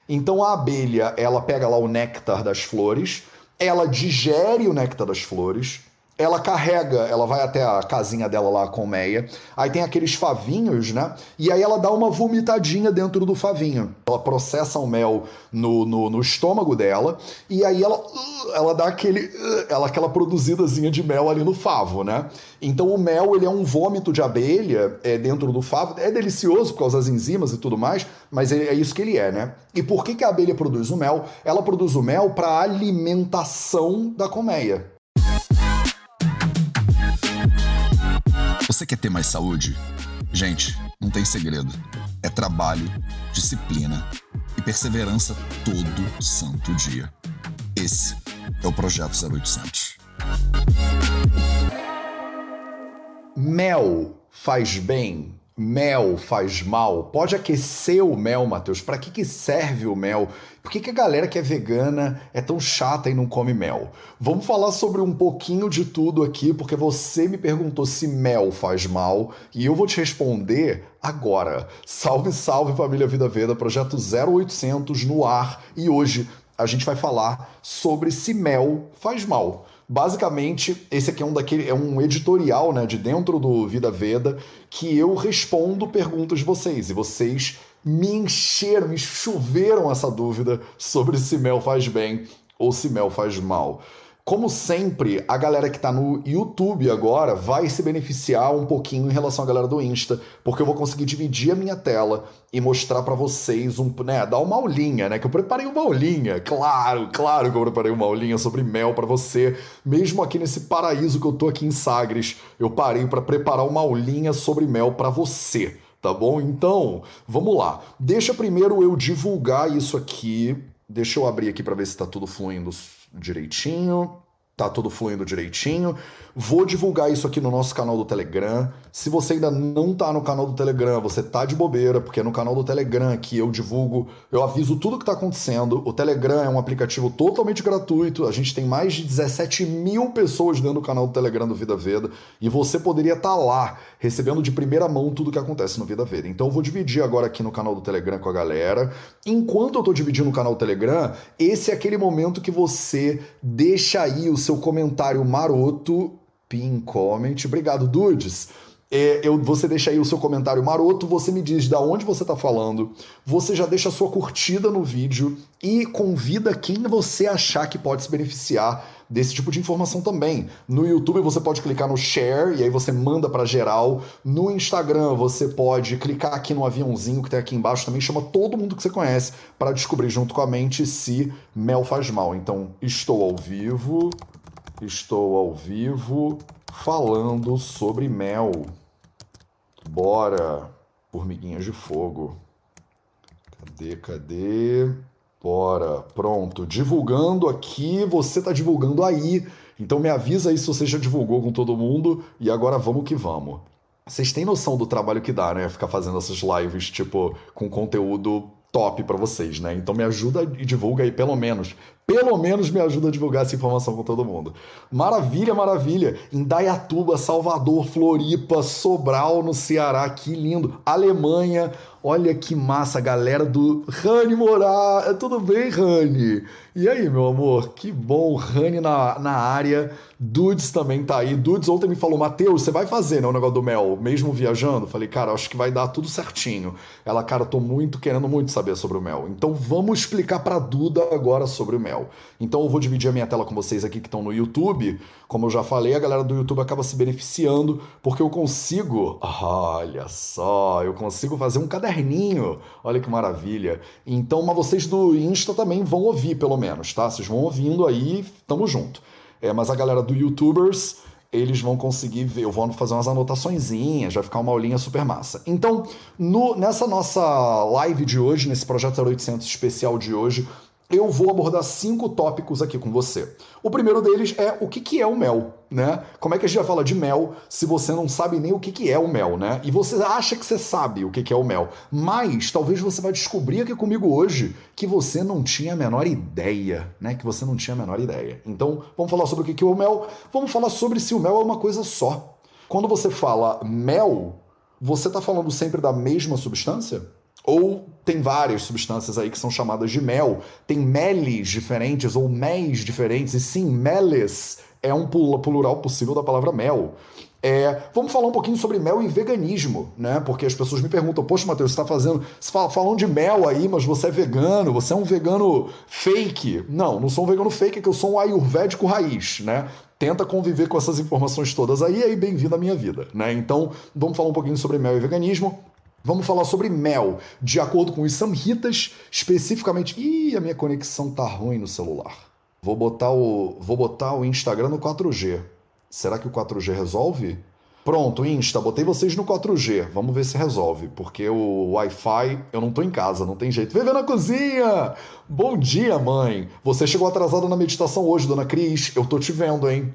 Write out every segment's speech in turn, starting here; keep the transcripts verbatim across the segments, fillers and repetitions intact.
Então a abelha, ela pega lá o néctar das flores, ela digere o néctar das flores, ela carrega, ela vai até a casinha dela lá, a colmeia, aí tem aqueles favinhos, né? E aí ela dá uma vomitadinha dentro do favinho. Ela processa o mel no, no, no estômago dela, e aí ela, ela dá aquele, ela, aquela produzidazinha de mel ali no favo, né? Então o mel, ele é um vômito de abelha é, dentro do favo. É delicioso por causa das enzimas e tudo mais, mas é isso que ele é, né? E por que, que a abelha produz o mel? Ela produz o mel para alimentação da colmeia. Você quer ter mais saúde? Gente, não tem segredo. É trabalho, disciplina e perseverança todo santo dia. Esse é o Projeto zero oitocentos. Mel faz bem? Mel faz mal? Pode aquecer o mel, Matheus? Para que, que serve o mel? Por que, que a galera que é vegana é tão chata e não come mel? Vamos falar sobre um pouquinho de tudo aqui, porque você me perguntou se mel faz mal e eu vou te responder agora. Salve, salve, família Vida Veda, Projeto zero oitocentos no ar, e hoje a gente vai falar sobre se mel faz mal. Basicamente, esse aqui é um, daquele, é um editorial, né, de dentro do Vida Veda, que eu respondo perguntas de vocês, e vocês me encheram, me choveram essa dúvida sobre se mel faz bem ou se mel faz mal. Como sempre, a galera que tá no YouTube agora vai se beneficiar um pouquinho em relação à galera do Insta, porque eu vou conseguir dividir a minha tela e mostrar pra vocês, um, né, dar uma aulinha, né, que eu preparei uma aulinha, claro, claro que eu preparei uma aulinha sobre mel pra você, mesmo aqui nesse paraíso que eu tô aqui em Sagres, eu parei pra preparar uma aulinha sobre mel pra você, tá bom? Então, vamos lá. Deixa primeiro eu divulgar isso aqui, deixa eu abrir aqui pra ver se tá tudo fluindo direitinho. Tá tudo fluindo direitinho. Vou divulgar isso aqui no nosso canal do Telegram. Se você ainda não tá no canal do Telegram, você tá de bobeira, porque é no canal do Telegram que eu divulgo, eu aviso tudo que tá acontecendo. O Telegram é um aplicativo totalmente gratuito. A gente tem mais de dezessete mil pessoas dentro do canal do Telegram do Vida Veda, e você poderia estar lá, recebendo de primeira mão tudo que acontece no Vida Veda. Então eu vou dividir agora aqui no canal do Telegram com a galera. Enquanto eu tô dividindo o canal do Telegram, esse é aquele momento que você deixa aí o seu comentário maroto, pin comment, obrigado, dudes. É, eu, você deixa aí o seu comentário maroto, você me diz de onde você está falando, você já deixa a sua curtida no vídeo e convida quem você achar que pode se beneficiar desse tipo de informação também. No YouTube você pode clicar no share e aí você manda para geral. No Instagram você pode clicar aqui no aviãozinho que tem aqui embaixo, também chama todo mundo que você conhece para descobrir junto com a mente se mel faz mal. Então, estou ao vivo, estou ao vivo falando sobre mel. Bora, formiguinhas de fogo. Cadê, cadê? Bora, pronto. Divulgando aqui, você tá divulgando aí. Então me avisa aí se você já divulgou com todo mundo. E agora vamos que vamos. Vocês têm noção do trabalho que dá, né? Ficar fazendo essas lives, tipo, com conteúdo top pra vocês, né? Então me ajuda e divulga aí, pelo menos. Pelo menos me ajuda a divulgar essa informação com todo mundo. Maravilha, maravilha. Indaiatuba, Salvador, Floripa, Sobral, no Ceará. Que lindo. Alemanha. Olha que massa, galera do Rani Morar. Tudo bem, Rani? E aí, meu amor? Que bom. Rani na, na área. Dudes também tá aí. Dudes ontem me falou, Matheus, você vai fazer, né, o negócio do mel, mesmo viajando? Falei, cara, acho que vai dar tudo certinho. Ela, cara, tô muito, querendo muito saber sobre o mel. Então vamos explicar pra Duda agora sobre o mel. Então eu vou dividir a minha tela com vocês aqui que estão no YouTube. Como eu já falei, a galera do YouTube acaba se beneficiando porque eu consigo, olha só, eu consigo fazer um caderninho. Olha que maravilha. Então, mas vocês do Insta também vão ouvir, pelo menos, tá? Vocês vão ouvindo aí, tamo junto. É, mas a galera do YouTubers, eles vão conseguir ver, eu vou fazer umas anotaçõezinhas, vai ficar uma aulinha super massa. Então, no, nessa nossa live de hoje, nesse Projeto zero oitocentos especial de hoje, eu vou abordar cinco tópicos aqui com você. O primeiro deles é o que, que é o mel, né? Como é que a gente vai falar de mel se você não sabe nem o que, que é o mel, né? E você acha que você sabe o que, que é o mel, mas talvez você vai descobrir aqui comigo hoje que você não tinha a menor ideia, né? Que você não tinha a menor ideia. Então, vamos falar sobre o que, que é o mel, vamos falar sobre se o mel é uma coisa só. Quando você fala mel, você está falando sempre da mesma substância? Ou tem várias substâncias aí que são chamadas de mel. Tem meles diferentes ou méis diferentes. E sim, meles é um plural possível da palavra mel. É, vamos falar um pouquinho sobre mel e veganismo, né? Porque as pessoas me perguntam, poxa, Matheus, você está fazendo... Você fala, falando de mel aí, mas você é vegano, você é um vegano fake. Não, não sou um vegano fake, é que eu sou um ayurvédico raiz, né? Tenta conviver com essas informações todas aí, aí bem-vindo à minha vida, né? Então, vamos falar um pouquinho sobre mel e veganismo. Vamos falar sobre mel, de acordo com os Samhitas, especificamente... Ih, a minha conexão tá ruim no celular. Vou botar o, vou botar o Instagram no quatro G. Será que o quatro G resolve? Pronto, Insta, botei vocês no quatro G. Vamos ver se resolve, porque o Wi-Fi, eu não tô em casa, não tem jeito. Vem ver na cozinha! Bom dia, mãe! Você chegou atrasada na meditação hoje, dona Cris. Eu tô te vendo, hein?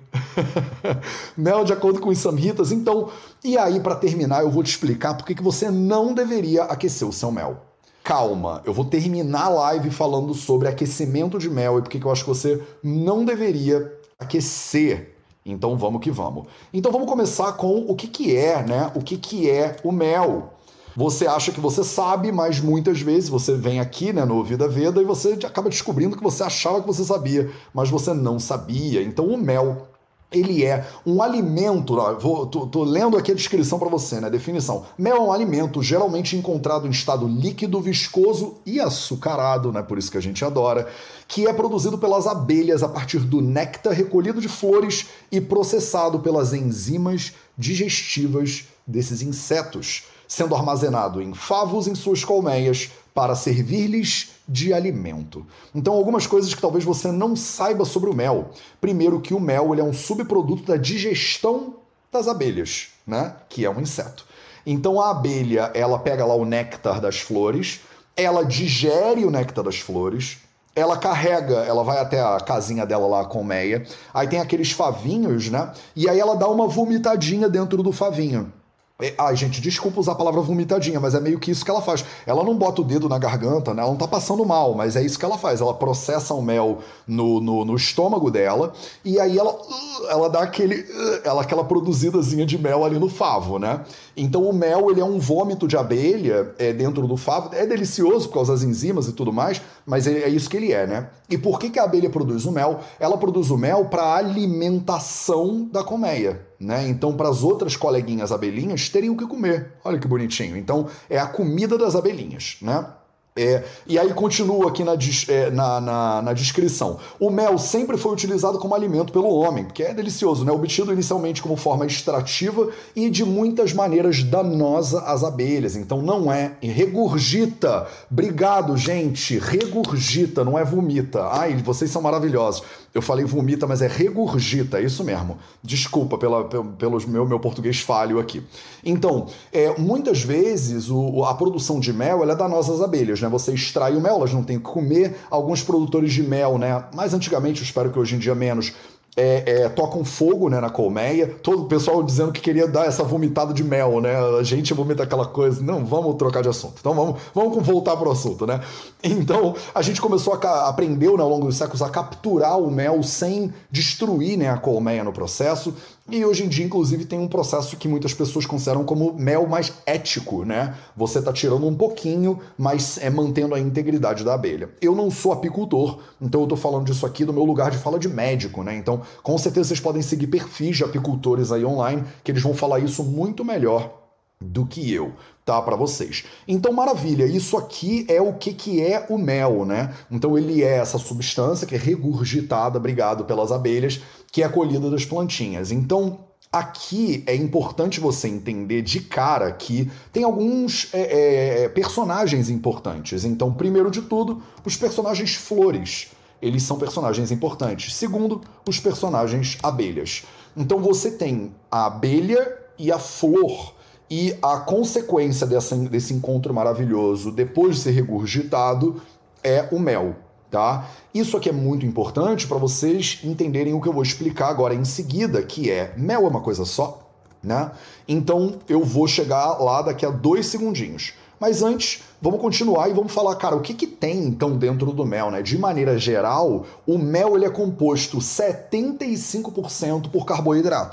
Mel de acordo com os Samhitas. Então, e aí, para terminar, eu vou te explicar por que você não deveria aquecer o seu mel. Calma, eu vou terminar a live falando sobre aquecimento de mel e por que eu acho que você não deveria aquecer. Então vamos que vamos. Então vamos começar com o que, que é, né? O que, que é o mel. Você acha que você sabe, mas muitas vezes você vem aqui, né, no Vida Veda e você acaba descobrindo que você achava que você sabia, mas você não sabia. Então o mel, ele é um alimento, ó, vou, tô, tô lendo aqui a descrição para você, né, a definição. Mel é um alimento geralmente encontrado em estado líquido, viscoso e açucarado, né, por isso que a gente adora, que é produzido pelas abelhas a partir do néctar recolhido de flores e processado pelas enzimas digestivas desses insetos, sendo armazenado em favos em suas colmeias para servir-lhes de alimento. Então, algumas coisas que talvez você não saiba sobre o mel. Primeiro, que o mel ele é um subproduto da digestão das abelhas, né? Que é um inseto. Então, a abelha, ela pega lá o néctar das flores, ela digere o néctar das flores, ela carrega, ela vai até a casinha dela lá, a colmeia, aí tem aqueles favinhos, né? E aí ela dá uma vomitadinha dentro do favinho. Ai, gente, desculpa usar a palavra vomitadinha, mas é meio que isso que ela faz. Ela não bota o dedo na garganta, né? Ela não tá passando mal, mas é isso que ela faz. Ela processa o mel no, no, no estômago dela e aí ela, ela dá aquele, ela, aquela produzidazinha de mel ali no favo, né? Então o mel, ele é um vômito de abelha é, dentro do favo. É delicioso por causa das enzimas e tudo mais, mas é isso que ele é, né? E por que, que a abelha produz o mel? Ela produz o mel para alimentação da colmeia, né? Então, para as outras coleguinhas abelhinhas terem o que comer. Olha que bonitinho. Então, é a comida das abelhinhas, né? É, e aí continua aqui na, na, na, na descrição. O mel sempre foi utilizado como alimento pelo homem, porque é delicioso, né? Obtido inicialmente como forma extrativa e de muitas maneiras danosa às abelhas. Então não é regurgita. Obrigado, gente. Regurgita, não é vomita. Ai, vocês são maravilhosos. Eu falei vomita, mas é regurgita, é isso mesmo. Desculpa pela, pelo, pelo meu, meu português falho aqui. Então, é, muitas vezes o, a produção de mel ela é danosa às abelhas, né? Você extrai o mel, elas não têm o que comer. Alguns produtores de mel, né? Mais antigamente, eu espero que hoje em dia menos, É, é, tocam fogo, né, na colmeia, todo o pessoal dizendo que queria dar essa vomitada de mel, né, a gente vomita aquela coisa, não, vamos trocar de assunto, então vamos, vamos voltar pro assunto, né, então a gente começou a aprendeu, né, ao longo dos séculos a capturar o mel sem destruir, né, a colmeia no processo, e hoje em dia, inclusive, tem um processo que muitas pessoas consideram como mel mais ético, né? Você tá tirando um pouquinho, mas é mantendo a integridade da abelha. Eu não sou apicultor, então eu tô falando disso aqui do meu lugar de fala de médico, né? Então, com certeza vocês podem seguir perfis de apicultores aí online, que eles vão falar isso muito melhor do que eu, tá, para vocês. Então, maravilha, isso aqui é o que, que é o mel, né? Então, ele é essa substância que é regurgitada, obrigado, pelas abelhas, que é colhida das plantinhas. Então, aqui é importante você entender de cara que tem alguns é, é, personagens importantes. Então, primeiro de tudo, os personagens flores. Eles são personagens importantes. Segundo, os personagens abelhas. Então, você tem a abelha e a flor. E a consequência dessa, desse encontro maravilhoso, depois de ser regurgitado, é o mel, tá? Isso aqui é muito importante para vocês entenderem o que eu vou explicar agora em seguida, que é, mel é uma coisa só, né? Então, eu vou chegar lá daqui a dois segundinhos. Mas antes, vamos continuar e vamos falar, cara, o que, que tem, então, dentro do mel, né? De maneira geral, o mel ele é composto setenta e cinco por cento por carboidratos.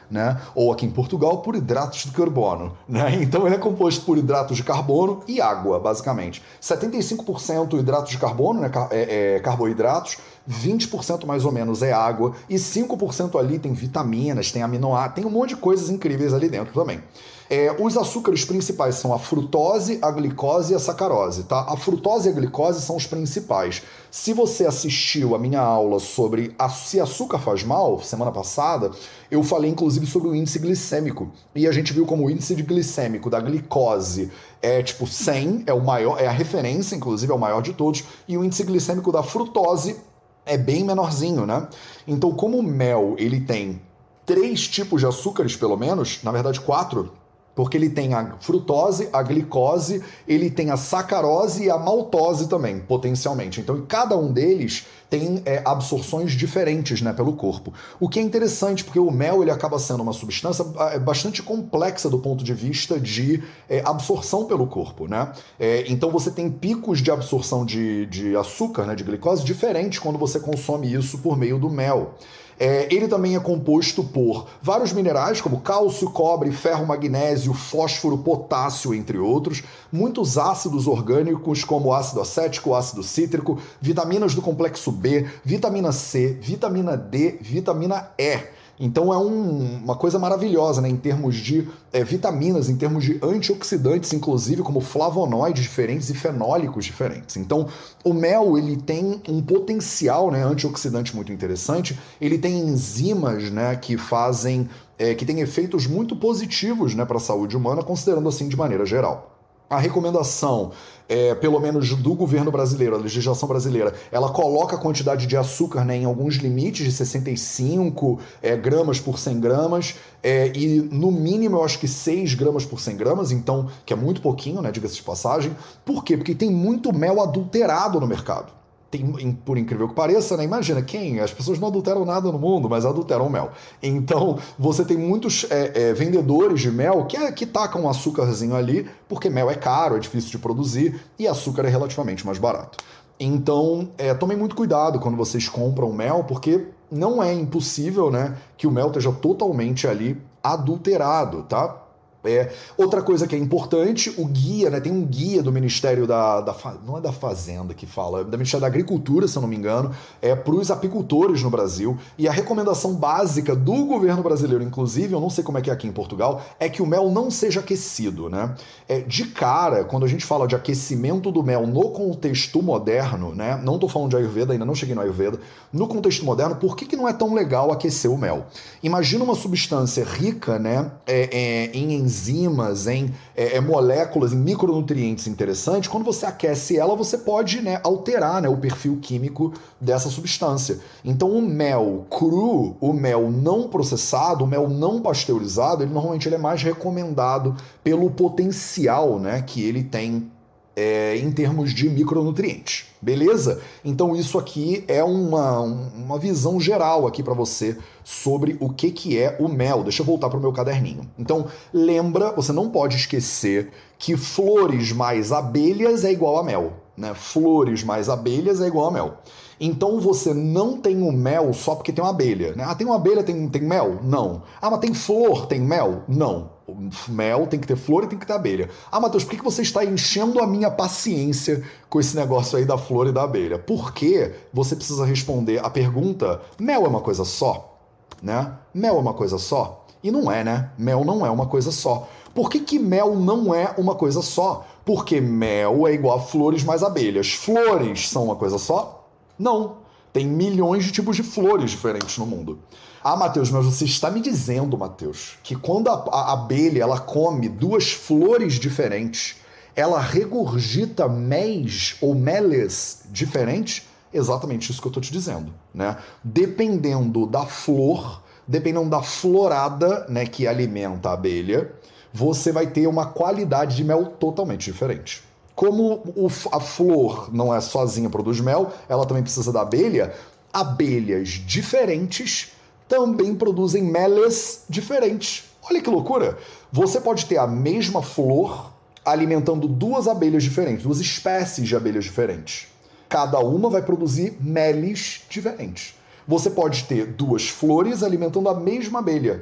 né? Ou aqui em Portugal, por hidratos de carbono, né? Então ele é composto por hidratos de carbono e água, basicamente. setenta e cinco por cento hidratos de carbono, né? é, é, carboidratos, vinte por cento mais ou menos é água, e cinco por cento ali tem vitaminas, tem aminoácidos, tem um monte de coisas incríveis ali dentro também. É, os açúcares principais são a frutose, a glicose e a sacarose, tá? A frutose e a glicose são os principais. Se você assistiu a minha aula sobre a, se açúcar faz mal, semana passada, eu falei inclusive sobre o índice glicêmico. E a gente viu como o índice de glicêmico da glicose é tipo cem, é o maior, é a referência, inclusive é o maior de todos, e o índice glicêmico da frutose é bem menorzinho, né? Então, como o mel ele tem três tipos de açúcares, pelo menos, na verdade quatro, porque ele tem a frutose, a glicose, ele tem a sacarose e a maltose também, potencialmente. Então, cada um deles tem é, absorções diferentes, né, pelo corpo. O que é interessante, porque o mel ele acaba sendo uma substância bastante complexa do ponto de vista de é, absorção pelo corpo, né? É, então, você tem picos de absorção de, de açúcar, né, de glicose, diferentes quando você consome isso por meio do mel. É, ele também é composto por vários minerais, como cálcio, cobre, ferro, magnésio, fósforo, potássio, entre outros, muitos ácidos orgânicos, como ácido acético, ácido cítrico, vitaminas do complexo B, vitamina C, vitamina D, vitamina E. Então é um, uma coisa maravilhosa, né, em termos de é, vitaminas, em termos de antioxidantes, inclusive, como flavonoides diferentes e fenólicos diferentes. Então o mel ele tem um potencial, né, antioxidante muito interessante, ele tem enzimas, né, que fazem, é, que têm efeitos muito positivos, né, para a saúde humana, considerando assim de maneira geral. A recomendação, é, pelo menos do governo brasileiro, a legislação brasileira, ela coloca a quantidade de açúcar, né, em alguns limites de sessenta e cinco é, gramas por cem gramas, é, e no mínimo eu acho que seis gramas por cem gramas, então, que é muito pouquinho, né, diga-se de passagem. Por quê? Porque tem muito mel adulterado no mercado. Tem, por incrível que pareça, né? Imagina, quem? As pessoas não adulteram nada no mundo, mas adulteram mel. Então, você tem muitos é, é, vendedores de mel que, é, que tacam um açúcarzinho ali, porque mel é caro, é difícil de produzir, e açúcar é relativamente mais barato. Então, é, tomem muito cuidado quando vocês compram mel, porque não é impossível, né, que o mel esteja totalmente ali adulterado, tá? É, outra coisa que é importante, o guia, né, tem um guia do Ministério da, da... não é da Fazenda que fala, é do Ministério da Agricultura, se eu não me engano, é para os apicultores no Brasil, e a recomendação básica do governo brasileiro, inclusive, eu não sei como é que é aqui em Portugal, é que o mel não seja aquecido, né? É, de cara, quando a gente fala de aquecimento do mel no contexto moderno, né, não tô falando de Ayurveda, ainda não cheguei no Ayurveda, no contexto moderno, por que que não é tão legal aquecer o mel? Imagina uma substância rica, né, é, é, em enzimas, em é, é, moléculas, em micronutrientes interessantes, quando você aquece ela, você pode, né, alterar, né, o perfil químico dessa substância. Então o mel cru, o mel não processado, o mel não pasteurizado, ele normalmente ele é mais recomendado pelo potencial, né, que ele tem é, em termos de micronutrientes. Beleza? Então isso aqui é uma, uma visão geral aqui para você sobre o que, que é o mel. Deixa eu voltar para o meu caderninho. Então lembra, você não pode esquecer que flores mais abelhas é igual a mel, né? Flores mais abelhas é igual a mel. Então você não tem o mel só porque tem uma abelha, né? Ah, tem uma abelha, tem, tem mel? Não. Ah, mas tem flor, tem mel? Não. O mel tem que ter flor e tem que ter abelha. Ah, Matheus, por que que você está enchendo a minha paciência com esse negócio aí da flor e da abelha? Porque você precisa responder a pergunta: mel é uma coisa só? Né? Mel é uma coisa só? E não é, né? Mel não é uma coisa só. Por que que mel não é uma coisa só? Porque mel é igual a flores mais abelhas. Flores são uma coisa só? Não. Tem milhões de tipos de flores diferentes no mundo. Ah, Matheus, mas você está me dizendo, Matheus, que quando a, a abelha ela come duas flores diferentes, ela regurgita méis ou meles diferentes? Exatamente isso que eu estou te dizendo, né? Dependendo da flor, dependendo da florada, né, que alimenta a abelha, você vai ter uma qualidade de mel totalmente diferente. Como o, a flor não é sozinha produz mel, ela também precisa da abelha, abelhas diferentes também produzem meles diferentes. Olha que loucura! Você pode ter a mesma flor alimentando duas abelhas diferentes, duas espécies de abelhas diferentes. Cada uma vai produzir meles diferentes. Você pode ter duas flores alimentando a mesma abelha.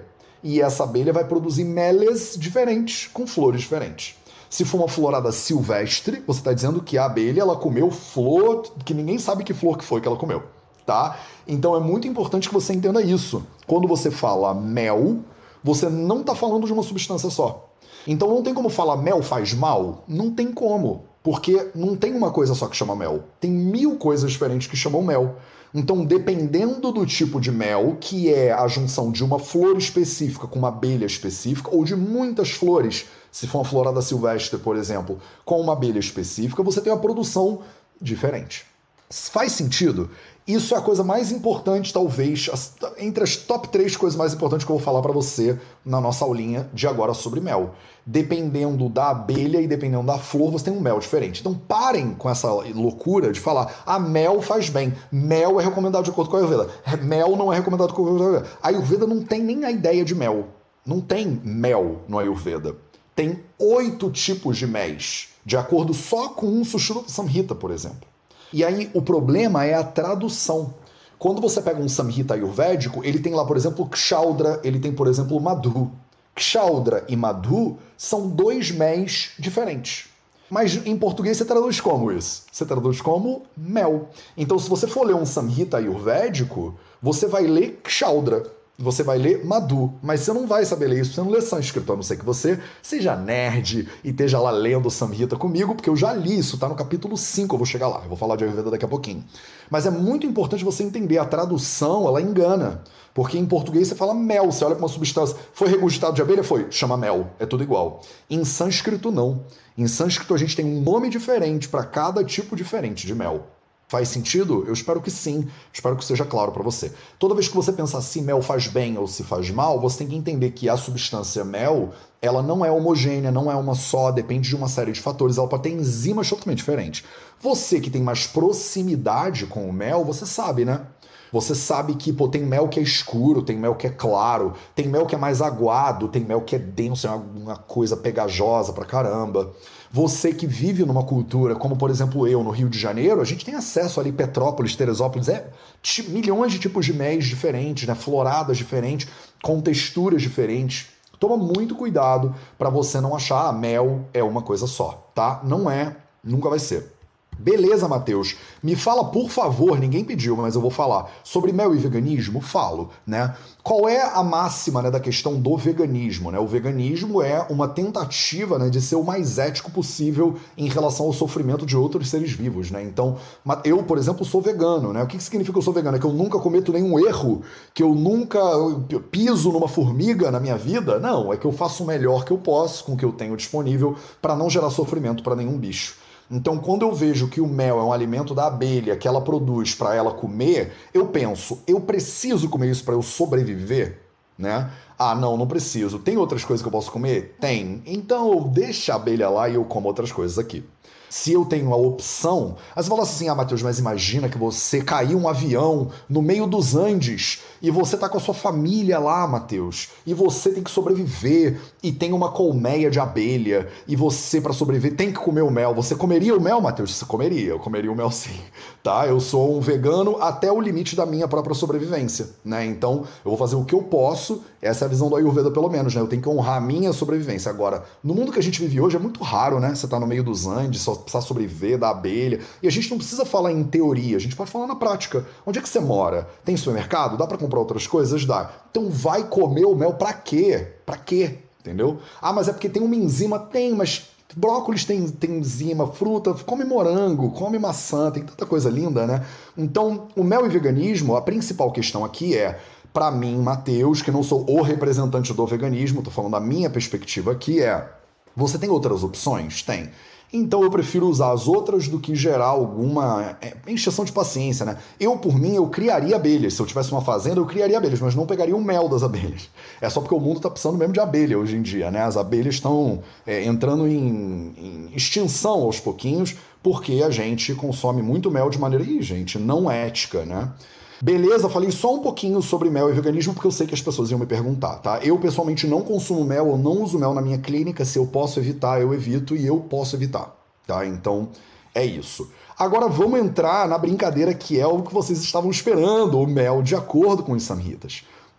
e essa abelha vai produzir meles diferentes, com flores diferentes. Se for uma florada silvestre, você está dizendo que a abelha ela comeu flor que ninguém sabe que flor que foi que ela comeu, tá? Então é muito importante que você entenda isso. Quando você fala mel, você não está falando de uma substância só. Então não tem como falar mel faz mal? Não tem como, porque não tem uma coisa só que chama mel. Tem mil coisas diferentes que chamam mel. Então, dependendo do tipo de mel, que é a junção de uma flor específica com uma abelha específica, ou de muitas flores, se for uma florada silvestre, por exemplo, com uma abelha específica, você tem uma produção diferente. Faz sentido? Isso é a coisa mais importante, talvez, entre as top três coisas mais importantes que eu vou falar para você na nossa aulinha de agora sobre mel. Dependendo da abelha e dependendo da flor, você tem um mel diferente. Então parem com essa loucura de falar, ah, mel faz bem, mel é recomendado de acordo com a Ayurveda, mel não é recomendado com a Ayurveda. A Ayurveda não tem nem a ideia de mel. Não tem mel no Ayurveda. Tem oito tipos de méis, de acordo só com um Sushruta Samhita, por exemplo. E aí o problema é a tradução. Quando você pega um Samhita ayurvédico, ele tem lá, por exemplo, Kshaudra, ele tem, por exemplo, Madhu. Kshaudra e Madhu são dois méis diferentes. Mas em português você traduz como isso? Você traduz como mel. Então se você for ler um Samhita ayurvédico, você vai ler Kshaudra. Você vai ler Madhu, mas você não vai saber ler isso, você não lê sânscrito, a não ser que você seja nerd e esteja lá lendo o Samhita comigo, porque eu já li isso, tá no capítulo cinco, eu vou chegar lá, eu vou falar de Ayurveda daqui a pouquinho. Mas é muito importante você entender, a tradução, ela engana, porque em português você fala mel, você olha para uma substância, foi regurgitado de abelha? Foi, chama mel, é tudo igual. Em sânscrito não, em sânscrito a gente tem um nome diferente para cada tipo diferente de mel. Faz sentido? Eu espero que sim. Espero que seja claro para você. Toda vez que você pensar se mel faz bem ou se faz mal, você tem que entender que a substância mel, ela não é homogênea, não é uma só, depende de uma série de fatores, ela pode ter enzimas totalmente diferentes. Você que tem mais proximidade com o mel, você sabe, né? Você sabe que pô, tem mel que é escuro, tem mel que é claro, tem mel que é mais aguado, tem mel que é denso, é uma, uma coisa pegajosa pra caramba. Você que vive numa cultura, como por exemplo eu, no Rio de Janeiro, a gente tem acesso ali, Petrópolis, Teresópolis, é milhões de tipos de méis diferentes, né? Floradas diferentes, com texturas diferentes. Toma muito cuidado para você não achar ah, mel é uma coisa só, tá? Não é, nunca vai ser. Beleza, Matheus. Me fala, por favor, ninguém pediu, mas eu vou falar. Sobre mel e veganismo, falo, né? Qual é a máxima, né, da questão do veganismo, né? O veganismo é uma tentativa, né, de ser o mais ético possível em relação ao sofrimento de outros seres vivos, né? Então, eu, por exemplo, sou vegano, né? O que significa que eu sou vegano? É que eu nunca cometo nenhum erro? Que eu nunca piso numa formiga na minha vida? Não, é que eu faço o melhor que eu posso com o que eu tenho disponível para não gerar sofrimento para nenhum bicho. Então, quando eu vejo que o mel é um alimento da abelha que ela produz para ela comer, eu penso, eu preciso comer isso para eu sobreviver, né? Ah, não, não preciso. Tem outras coisas que eu posso comer? Tem. Então, deixa a abelha lá e eu como outras coisas aqui. Se eu tenho a opção... Aí você fala assim, ah, Matheus, mas imagina que você caiu um avião no meio dos Andes e você tá com a sua família lá, Matheus, e você tem que sobreviver e tem uma colmeia de abelha e você, para sobreviver, tem que comer o mel. Você comeria o mel, Matheus? Você comeria. Eu comeria o mel sim, tá? Eu sou um vegano até o limite da minha própria sobrevivência, né? Então, eu vou fazer o que eu posso. Essa é a visão do Ayurveda, pelo menos, né? Eu tenho que honrar a minha sobrevivência. Agora, no mundo que a gente vive hoje, é muito raro, né? Você tá no meio dos Andes, só precisar sobreviver da abelha. E a gente não precisa falar em teoria, a gente pode falar na prática. Onde é que você mora? Tem supermercado? Dá pra comprar outras coisas? Dá. Então vai comer o mel pra quê? Pra quê? Entendeu? Ah, mas é porque tem uma enzima? Tem, mas brócolis tem, tem enzima, fruta, come morango, come maçã, tem tanta coisa linda, né? Então, o mel e veganismo, a principal questão aqui é, pra mim, Matheus, que não sou o representante do veganismo, tô falando da minha perspectiva aqui, é, você tem outras opções? Tem. Então eu prefiro usar as outras do que gerar alguma é, encheção de paciência, né? Eu, por mim, eu criaria abelhas. Se eu tivesse uma fazenda, eu criaria abelhas, mas não pegaria o mel das abelhas. É só porque o mundo está precisando mesmo de abelha hoje em dia, né? As abelhas estão é, entrando em, em extinção aos pouquinhos, porque a gente consome muito mel de maneira, ih, gente, não ética, né? Beleza, falei só um pouquinho sobre mel e veganismo, porque eu sei que as pessoas iam me perguntar, tá? Eu, pessoalmente, não consumo mel, eu não uso mel na minha clínica. Se eu posso evitar, eu evito e eu posso evitar, tá? Então, é isso. Agora, vamos entrar na brincadeira que é o que vocês estavam esperando, o mel de acordo com os samhitas.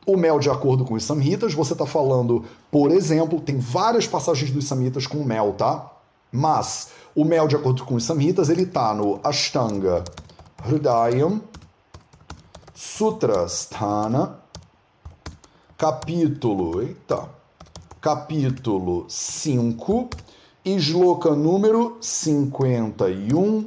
O mel, de acordo com os Samhitas, você está falando, por exemplo, tem várias passagens dos Samhitas com mel, tá? Mas o mel, de acordo com os Samhitas, ele está no Ashtanga Hridayam, Sutrasthana, capítulo, eita, capítulo cinco, Shloka número cinquenta e um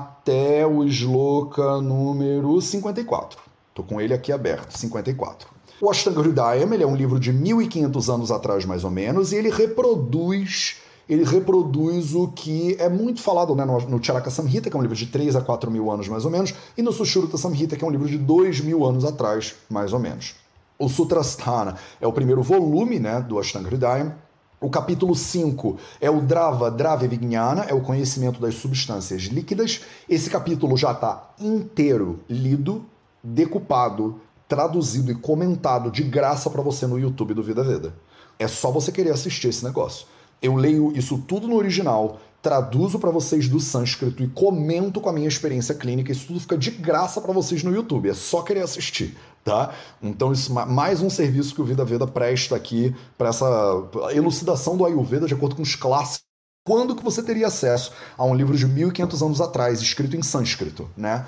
até o Shloka número cinquenta e quatro. Estou com ele aqui aberto, cinquenta e quatro. O Ashtanga Hridayam, ele é um livro de mil e quinhentos anos atrás, mais ou menos, e ele reproduz, ele reproduz o que é muito falado, né, no, no Charaka Samhita, que é um livro de três a quatro mil anos, mais ou menos, e no Sushruta Samhita, que é um livro de dois mil anos atrás, mais ou menos. O Sutrasthana é o primeiro volume, né, do Ashtanga Hridayam. O capítulo cinco é o Drava, Dravya Vijnana, é o conhecimento das substâncias líquidas. Esse capítulo já está inteiro lido, decupado, traduzido e comentado de graça para você no YouTube do Vida Veda. É só você querer assistir esse negócio. Eu leio isso tudo no original, traduzo para vocês do sânscrito e comento com a minha experiência clínica. Isso tudo fica de graça para vocês no YouTube. É só querer assistir, tá? Então, isso mais um serviço que o Vida Veda presta aqui para essa elucidação do Ayurveda de acordo com os clássicos. Quando que você teria acesso a um livro de mil e quinhentos anos atrás, escrito em sânscrito, né?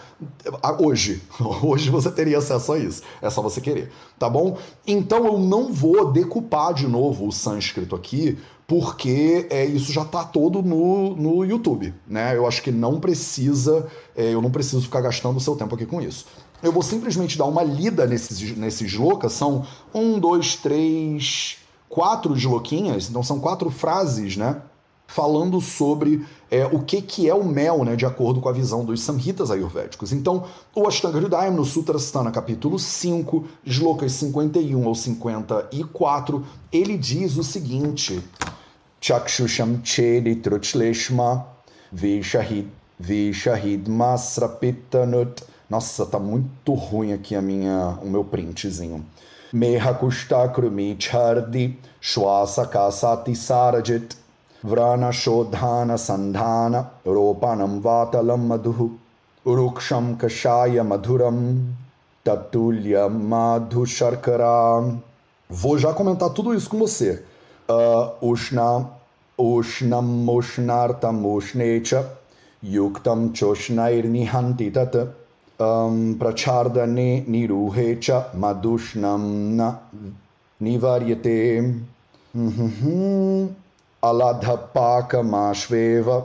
Hoje. Hoje você teria acesso a isso. É só você querer, tá bom? Então eu não vou decupar de novo o sânscrito aqui, porque é, isso já está todo no, no YouTube, né? Eu acho que não precisa, é, eu não preciso ficar gastando o seu tempo aqui com isso. Eu vou simplesmente dar uma lida nesses, nesses shlokas, são um, dois, três, quatro shlokinhas, então são quatro frases, né? Falando sobre é, o que, que é o mel, né, de acordo com a visão dos Samhitas ayurvédicos. Então, o Ashtanga Hridayam, no Sutrasthana, capítulo cinco, shlokas cinquenta e um ao cinquenta e quatro, ele diz o seguinte: Chakshusham chedi truchleshma vishahid vishahidma srapitanut. Nossa, tá muito ruim aqui a minha, o meu printzinho. Meha kushtakrumi chardi shwasa kasati sarajit Vrana shodhana sandhana ropanam vatalam madhu uruksham kashaya madhuram tatulya madhu sharkara. Vou já comentar tudo isso com você. Uh, ushna ushnam ushnartam ushnecha yuktam choshnair nihanti tat um, prachardane niruhecha madushnam na nivaryate. Uhum. Aladhapaka mashveva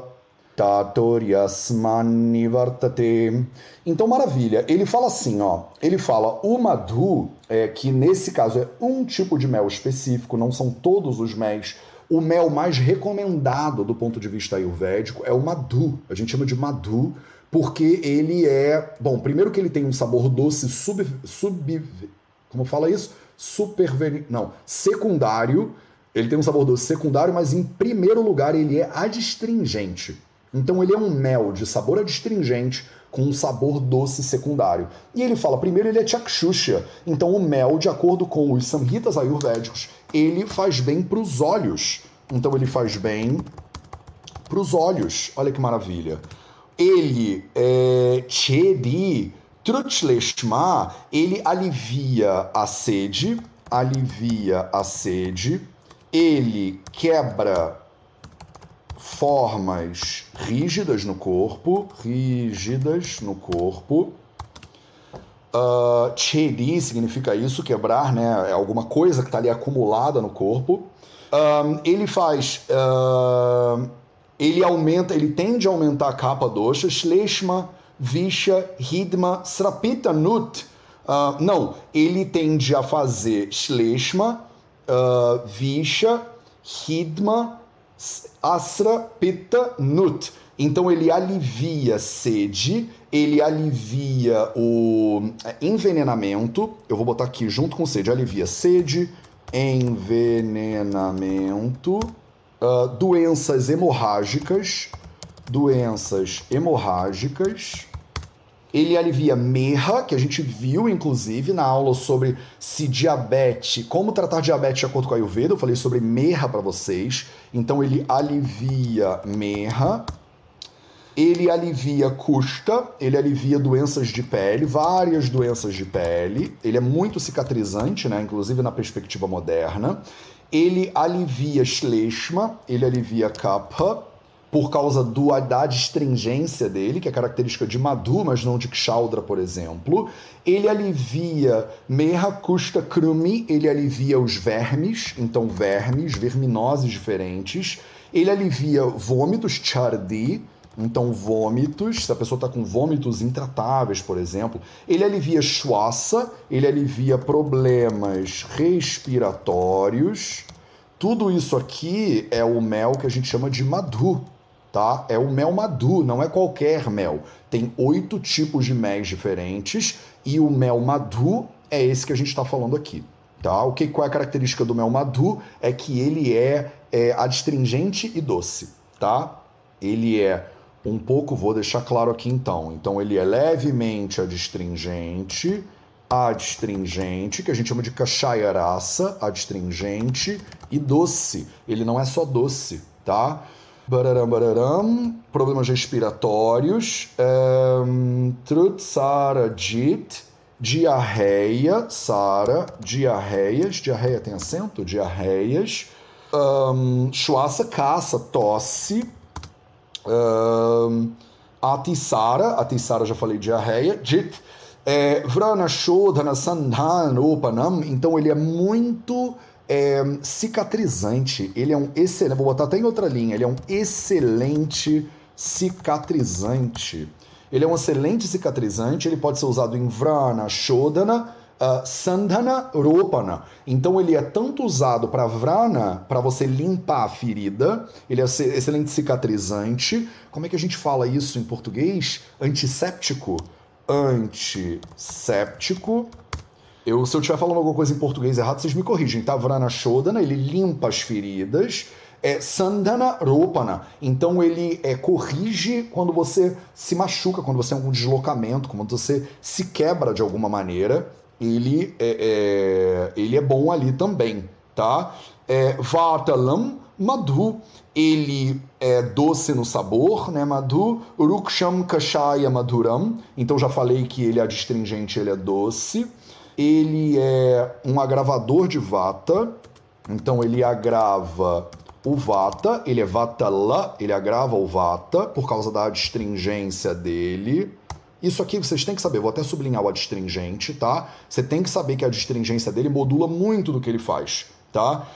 tatoriasmanivartate. Então, maravilha. Ele fala assim, ó. Ele fala, o madhu, é, que nesse caso é um tipo de mel específico, não são todos os méis. O mel mais recomendado do ponto de vista ayurvédico é o madhu. A gente chama de madhu porque ele é... Bom, primeiro que ele tem um sabor doce sub... sub como fala isso? Super... Não, secundário. Ele tem um sabor doce secundário, mas em primeiro lugar ele é adstringente. Então ele é um mel de sabor adstringente com um sabor doce secundário. E ele fala, primeiro ele é chakshusha. Então o mel, de acordo com os samhitas ayurvédicos, ele faz bem para os olhos. Então ele faz bem para os olhos. Olha que maravilha. Ele é chedi truchleshma, ele alivia a sede, alivia a sede. Ele quebra formas rígidas no corpo, rígidas no corpo. Uh, chedi significa isso, quebrar, né? É alguma coisa que está ali acumulada no corpo. Um, ele faz... Uh, ele aumenta, ele tende a aumentar a capa dosha. Shleshma, Visha, Hidma, Srapita, Nut. Uh, não, ele tende a fazer Shleshma, Uh, Visha, Hidma, Asra, Pitta, Nut. Então ele alivia sede, ele alivia o envenenamento. Eu vou botar aqui junto com sede. Alivia sede, envenenamento, uh, doenças hemorrágicas, doenças hemorrágicas. Ele alivia merra, que a gente viu, inclusive, na aula sobre se diabetes, como tratar diabetes de acordo com a Ayurveda. Eu falei sobre merra para vocês. Então, ele alivia merra. Ele alivia kushta, ele alivia doenças de pele, várias doenças de pele. Ele é muito cicatrizante, né? Inclusive na perspectiva moderna. Ele alivia shleshma, ele alivia kapha, por causa do, da adstringência dele, que é característica de Madhu, mas não de Kshaudra, por exemplo. Ele alivia Meha Kushta Krumi, ele alivia os vermes, então vermes, verminoses diferentes. Ele alivia vômitos, Chardi, então vômitos, se a pessoa está com vômitos intratáveis, por exemplo. Ele alivia Shwasa, ele alivia problemas respiratórios. Tudo isso aqui é o mel que a gente chama de Madhu. Tá? É o mel Madhu, não é qualquer mel. Tem oito tipos de mel diferentes e o mel Madhu é esse que a gente está falando aqui. Tá? O que, qual é a característica do mel Madhu? É que ele é, é adstringente e doce. Tá? Ele é um pouco, vou deixar claro aqui então. Então ele é levemente adstringente, adstringente, que a gente chama de Kashaya Rasa, adstringente e doce. Ele não é só doce, tá? Bararam, bararam, problemas respiratórios, um, Trutsarajit, diarreia, Sara, diarreias, diarreia tem acento? Diarreias, um, Shwasa, caça, tosse, um, Atisara, Atisara já falei diarreia, Jit, é, Vrana, Shodhana, Sandhan, Upanam, então ele é muito... É, cicatrizante, ele é um excelente, vou botar até em outra linha, ele é um excelente cicatrizante. Ele é um excelente cicatrizante, ele pode ser usado em Vrana, Shodhana, uh, Sandhana, Ropana. Então ele é tanto usado para Vrana, para você limpar a ferida, ele é excelente cicatrizante. Como é que a gente fala isso em português? Antisséptico. Antisséptico. Eu, se eu estiver falando alguma coisa em português errado, vocês me corrigem, tá? Vrana Shodhana, ele limpa as feridas. É Sandhana Ropana, então ele é, corrige quando você se machuca, quando você tem algum deslocamento, quando você se quebra de alguma maneira. Ele é, é, ele é bom ali também, tá? É, Vatalam Madhu, ele é doce no sabor, né? Madhu, Ruksham Kashaya Madhuram, então já falei que ele é adstringente, ele é doce. Ele é um agravador de vata, então ele agrava o vata, ele é vatala, ele agrava o vata por causa da adstringência dele. Isso aqui vocês têm que saber, vou até sublinhar o adstringente, tá? Você tem que saber que a adstringência dele modula muito do que ele faz, tá?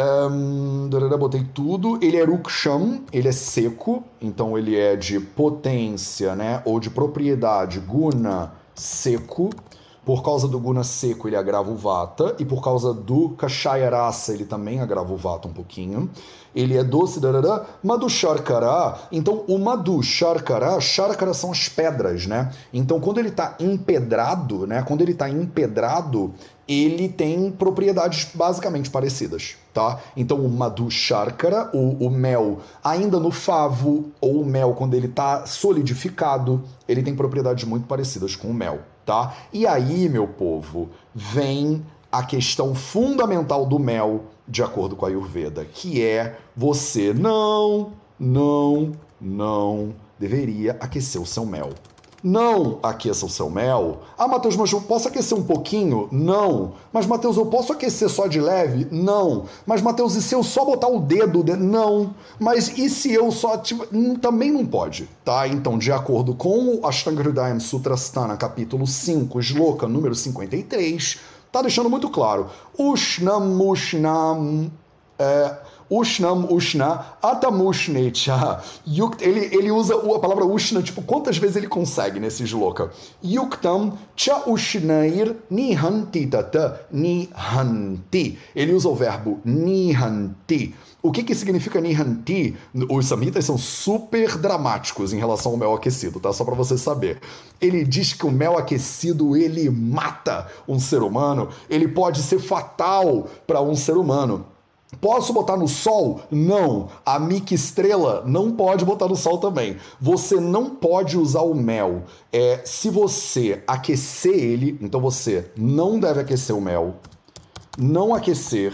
Um, botei tudo. Ele é ruksham, ele é seco, então ele é de potência, né? Ou de propriedade, guna, seco. Por causa do guna seco, ele agrava o vata, e por causa do kashaya rasa, ele também agrava o vata um pouquinho. Ele é doce, darará, madhu sharkara. Então, o madhu sharkara, sharkara são as pedras, né? Então, quando ele está empedrado, né? Quando ele está empedrado, ele tem propriedades basicamente parecidas, tá? Então, o madhu sharkara, o, o mel ainda no favo, ou o mel quando ele está solidificado, ele tem propriedades muito parecidas com o mel, tá? E aí, meu povo, vem a questão fundamental do mel, de acordo com a Ayurveda, que é você não, não, não deveria aquecer o seu mel. Não aqueça o seu mel. Ah, Matheus, mas eu posso aquecer um pouquinho? Não. Mas, Matheus, eu posso aquecer só de leve? Não. Mas, Matheus, e se eu só botar o dedo? De... Não. Mas e se eu só... Tipo... Também não pode, tá? Então, de acordo com o Ashtanga Hridayam Sutrasthana, capítulo cinco, Shloka número cinquenta e três, tá deixando muito claro. Ushnam, Ushnam... É... Ushnam, Ushna, Atamushnecha. Ele, ele usa a palavra Ushna, tipo, quantas vezes ele consegue nesse shloka? Yuktam cha Ushnair nihanti tata nihanti. Ele usa o verbo nihanti. O que que significa nihanti? Os samhitas são super dramáticos em relação ao mel aquecido, tá? Só pra você saber. Ele diz que o mel aquecido, ele mata um ser humano, ele pode ser fatal para um ser humano. Posso botar no sol? Não. A mica estrela não pode botar no sol também. Você não pode usar o mel. É, se você aquecer ele, então você não deve aquecer o mel. Não aquecer.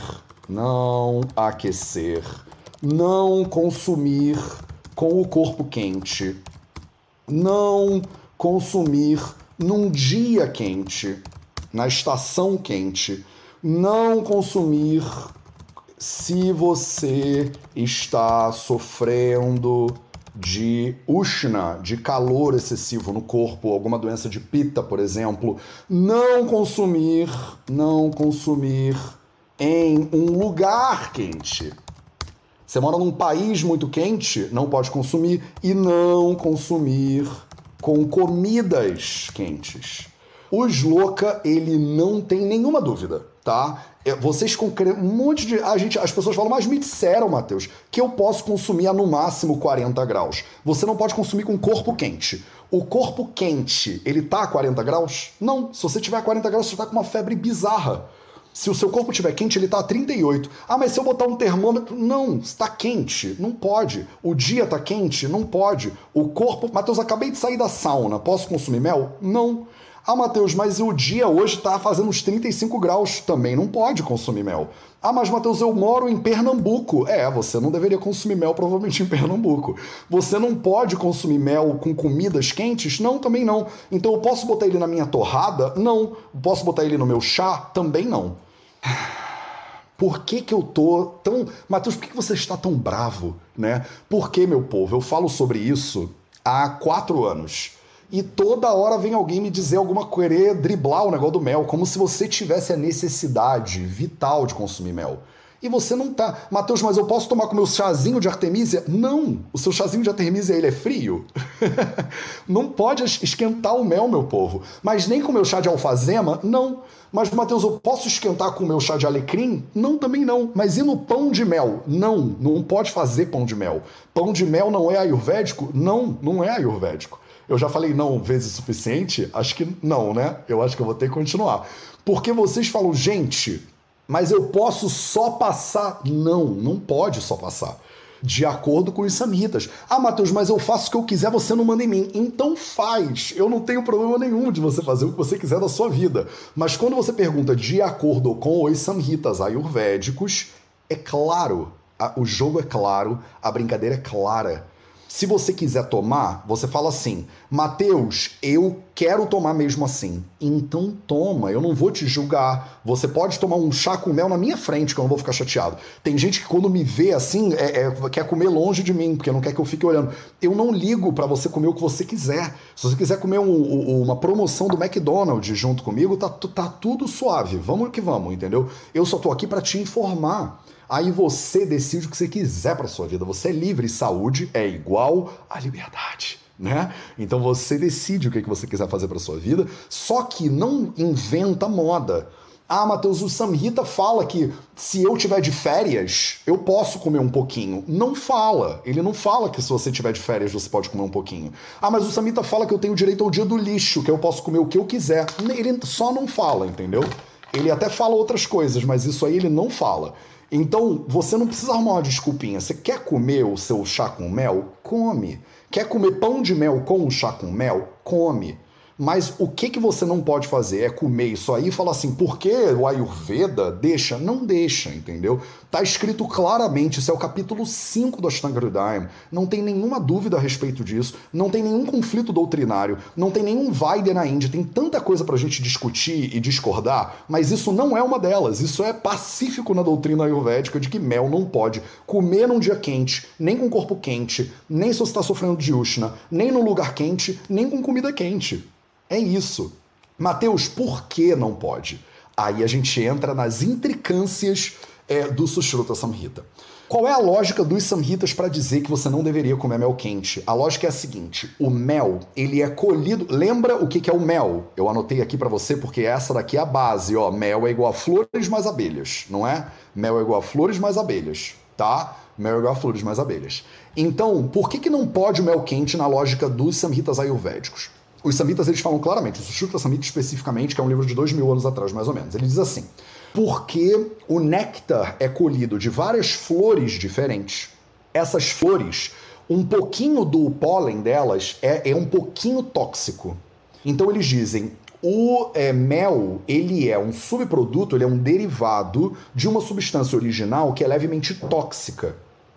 Não aquecer. Não consumir com o corpo quente. não consumir num dia quente, na estação quente, não consumir se você está sofrendo de ushna, de calor excessivo no corpo, alguma doença de pitta, por exemplo, não consumir, não consumir em um lugar quente. Você mora num país muito quente, não pode consumir, e não consumir com comidas quentes. O Shloka, ele não tem nenhuma dúvida, tá? Vocês com um monte de... A gente, as pessoas falam, mas me disseram, Matheus, que eu posso consumir a no máximo quarenta graus. Você não pode consumir com corpo quente. O corpo quente, ele tá a quarenta graus? Não. Se você tiver a quarenta graus, você tá com uma febre bizarra. Se o seu corpo estiver quente, ele tá a trinta e oito. Ah, mas se eu botar um termômetro... Não, está quente. Não pode. O dia tá quente? Não pode. O corpo... Matheus, acabei de sair da sauna. Posso consumir mel? Não. Ah, Matheus, mas o dia hoje tá fazendo uns trinta e cinco graus. Também não pode consumir mel. Ah, mas Matheus, eu moro em Pernambuco. É, você não deveria consumir mel provavelmente em Pernambuco. Você não pode consumir mel com comidas quentes? Não, também não. Então eu posso botar ele na minha torrada? Não. Posso botar ele no meu chá? Também não. Por que que eu tô tão... Matheus, por que você está tão bravo, né? Porque, meu povo, eu falo sobre isso há quatro anos. E toda hora vem alguém me dizer alguma coisa, querer driblar o negócio do mel, como se você tivesse a necessidade vital de consumir mel. E você não tá. Matheus, mas eu posso tomar com o meu chazinho de artemisia? Não! O seu chazinho de artemisia, ele é frio? Não pode esquentar o mel, meu povo. Mas nem com o meu chá de alfazema? Não. Mas, Matheus, eu posso esquentar com o meu chá de alecrim? Não, também não. Mas e no pão de mel? Não, não pode fazer pão de mel. Pão de mel não é ayurvédico? Não, não é ayurvédico. Eu já falei não vezes suficiente? Acho que não, né? Eu acho que eu vou ter que continuar. Porque vocês falam, gente, mas eu posso só passar? Não, não pode só passar. De acordo com os samhitas. Ah, Matheus, mas eu faço o que eu quiser, você não manda em mim. Então faz. Eu não tenho problema nenhum de você fazer o que você quiser da sua vida. Mas quando você pergunta de acordo com os samhitas ayurvédicos, é claro, o jogo é claro, a brincadeira é clara. Se você quiser tomar, você fala assim, Matheus, eu quero tomar mesmo assim. Então toma, eu não vou te julgar. Você pode tomar um chá com mel na minha frente, que eu não vou ficar chateado. Tem gente que quando me vê assim, é, é, quer comer longe de mim, porque não quer que eu fique olhando. Eu não ligo pra você comer o que você quiser. Se você quiser comer um, um, uma promoção do McDonald's junto comigo, tá, tá tudo suave. Vamos que vamos, entendeu? Eu só tô aqui pra te informar. Aí você decide o que você quiser para sua vida. Você é livre. Saúde é igual a liberdade, né? Então você decide o que você quiser fazer para sua vida, só que não inventa moda. Ah, Matheus, o Samhita fala que se eu tiver de férias, eu posso comer um pouquinho. Não fala. Ele não fala que se você tiver de férias, você pode comer um pouquinho. Ah, mas o Samhita fala que eu tenho direito ao dia do lixo, que eu posso comer o que eu quiser. Ele só não fala, entendeu? Ele até fala outras coisas, mas isso aí ele não fala. Então, você não precisa arrumar uma desculpinha. Você quer comer o seu chá com mel? Come. Quer comer pão de mel com o chá com mel? Come. Mas o que, que você não pode fazer é comer isso aí e falar assim, por que o Ayurveda deixa? Não deixa, entendeu? Tá escrito claramente, isso é o capítulo cinco do Ashtanga Hridayam. Não tem nenhuma dúvida a respeito disso, não tem nenhum conflito doutrinário, não tem nenhum Vaidya na Índia, tem tanta coisa pra gente discutir e discordar, mas isso não é uma delas, isso é pacífico na doutrina ayurvédica de que mel não pode comer num dia quente, nem com corpo quente, nem se você está sofrendo de ushna, nem no lugar quente, nem com comida quente. É isso. Matheus, por que não pode? Aí a gente entra nas intricâncias é, do Sushruta Samhita. Qual é a lógica dos Samhitas para dizer que você não deveria comer mel quente? A lógica é a seguinte, o mel, ele é colhido... Lembra o que é o mel? Eu anotei aqui para você porque essa daqui é a base, ó. Mel é igual a flores mais abelhas, não é? Mel é igual a flores mais abelhas, tá? Mel é igual a flores mais abelhas. Então, por que que não pode o mel quente na lógica dos Samhitas ayurvédicos? Os Samhitas, eles falam claramente, o Sushruta Samhita especificamente, que é um livro de dois mil anos atrás, mais ou menos, ele diz assim, porque o néctar é colhido de várias flores diferentes, essas flores, um pouquinho do pólen delas é, é um pouquinho tóxico. Então eles dizem, o é, mel, ele é um subproduto, ele é um derivado de uma substância original que é levemente tóxica.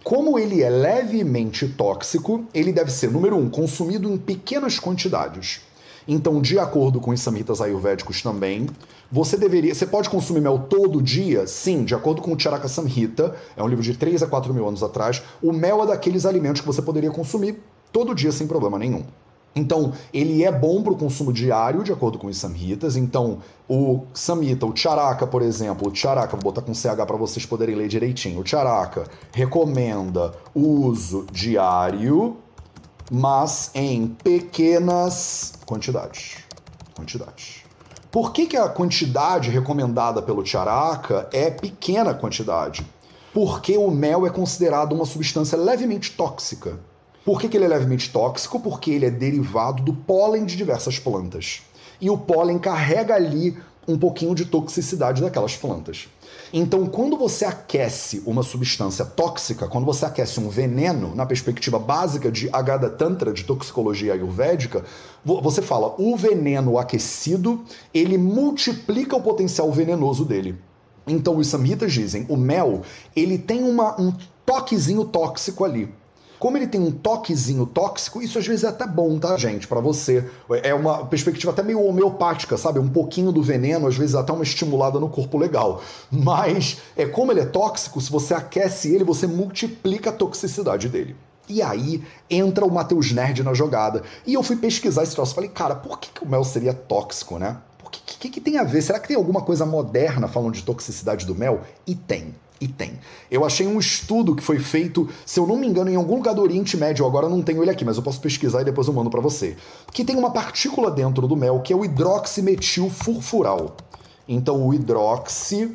Como ele é levemente tóxico, ele deve ser, número um, consumido em pequenas quantidades. Então, de acordo com os samhitas ayurvédicos também, você deveria... Você pode consumir mel todo dia? Sim, de acordo com o Charaka Samhita, é um livro de três a quatro mil anos atrás, o mel é daqueles alimentos que você poderia consumir todo dia sem problema nenhum. Então, ele é bom para o consumo diário, de acordo com os samhitas. Então, o samhita, o Charaka, por exemplo, o Charaka, vou botar com C H para vocês poderem ler direitinho. O Charaka recomenda o uso diário, mas em pequenas quantidades. Quantidades. Por que que a quantidade recomendada pelo Charaka é pequena quantidade? Porque o mel é considerado uma substância levemente tóxica. Por que que ele é levemente tóxico? Porque ele é derivado do pólen de diversas plantas. E o pólen carrega ali um pouquinho de toxicidade daquelas plantas. Então, quando você aquece uma substância tóxica, quando você aquece um veneno, na perspectiva básica de Agada Tantra, de toxicologia ayurvédica, você fala, o veneno aquecido, ele multiplica o potencial venenoso dele. Então, os samhitas dizem, o mel, ele tem uma, um toquezinho tóxico ali. Como ele tem um toquezinho tóxico, isso às vezes é até bom, tá, gente, pra você. É uma perspectiva até meio homeopática, sabe? Um pouquinho do veneno, às vezes até uma estimulada no corpo legal. Mas, é como ele é tóxico, se você aquece ele, você multiplica a toxicidade dele. E aí entra o Matheus Nerd na jogada. E eu fui pesquisar esse troço. Falei, cara, por que, que o mel seria tóxico, né? O que, que, que tem a ver? Será que tem alguma coisa moderna falando de toxicidade do mel? E tem. E tem. Eu achei um estudo que foi feito, se eu não me engano, em algum lugar do Oriente Médio, agora eu não tenho ele aqui, mas eu posso pesquisar e depois eu mando pra você, que tem uma partícula dentro do mel que é o hidroximetilfurfural. Então o hidroxi,